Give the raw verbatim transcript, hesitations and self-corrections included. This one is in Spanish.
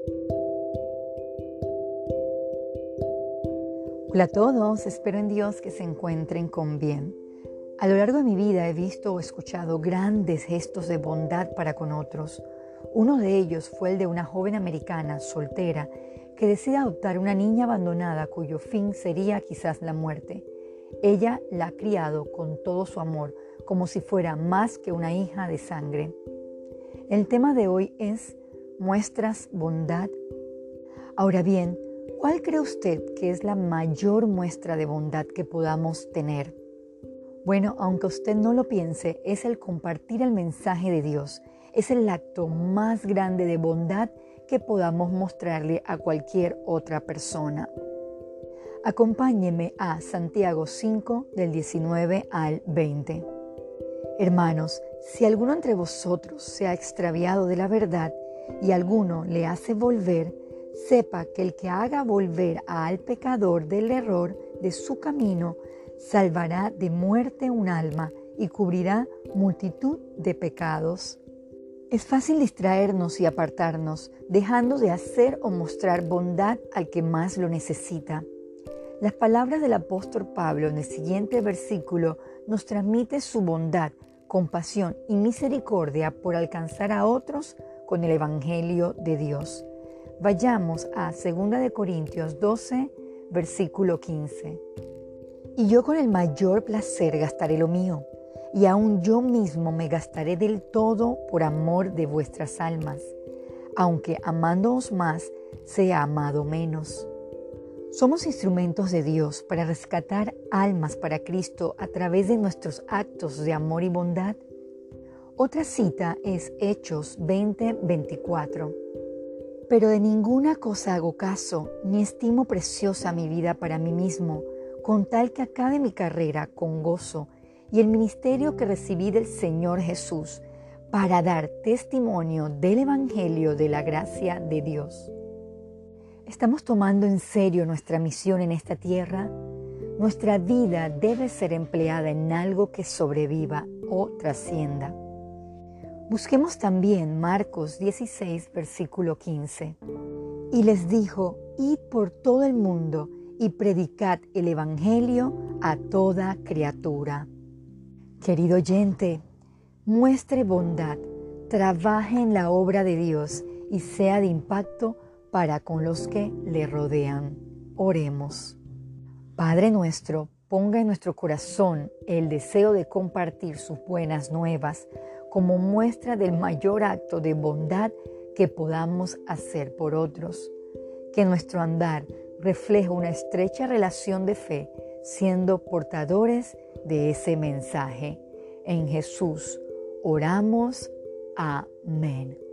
Hola a todos, espero en Dios que se encuentren con bien. A lo largo de mi vida he visto o escuchado grandes gestos de bondad para con otros. Uno de ellos fue el de una joven americana soltera que decide adoptar una niña abandonada cuyo fin sería quizás la muerte. Ella la ha criado con todo su amor, como si fuera más que una hija de sangre. El tema de hoy es ¿muestras bondad? Ahora bien, ¿cuál cree usted que es la mayor muestra de bondad que podamos tener? Bueno, aunque usted no lo piense, es el compartir el mensaje de Dios. Es el acto más grande de bondad que podamos mostrarle a cualquier otra persona. Acompáñeme a Santiago cinco, del diecinueve al veinte. Hermanos, si alguno entre vosotros se ha extraviado de la verdad y alguno le hace volver, sepa que el que haga volver al pecador del error de su camino, salvará de muerte un alma y cubrirá multitud de pecados. Es fácil distraernos y apartarnos, dejando de hacer o mostrar bondad al que más lo necesita. Las palabras del apóstol Pablo en el siguiente versículo nos transmite su bondad, compasión y misericordia por alcanzar a otros con el Evangelio de Dios. Vayamos a segunda de Corintios doce, versículo quince. Y yo con el mayor placer gastaré lo mío, y aun yo mismo me gastaré del todo por amor de vuestras almas, aunque amándoos más, sea amado menos. Somos instrumentos de Dios para rescatar almas para Cristo a través de nuestros actos de amor y bondad. Otra cita es Hechos veinte, veinticuatro. Pero de ninguna cosa hago caso, ni estimo preciosa mi vida para mí mismo, con tal que acabe mi carrera con gozo y el ministerio que recibí del Señor Jesús, para dar testimonio del Evangelio de la gracia de Dios. ¿Estamos tomando en serio nuestra misión en esta tierra? Nuestra vida debe ser empleada en algo que sobreviva o trascienda. Busquemos también Marcos dieciséis, versículo quince. Y les dijo, id por todo el mundo y predicad el Evangelio a toda criatura. Querido oyente, muestre bondad, trabaje en la obra de Dios y sea de impacto para con los que le rodean. Oremos. Padre nuestro, ponga en nuestro corazón el deseo de compartir sus buenas nuevas como muestra del mayor acto de bondad que podamos hacer por otros. Que nuestro andar refleje una estrecha relación de fe, siendo portadores de ese mensaje. En Jesús oramos. Amén.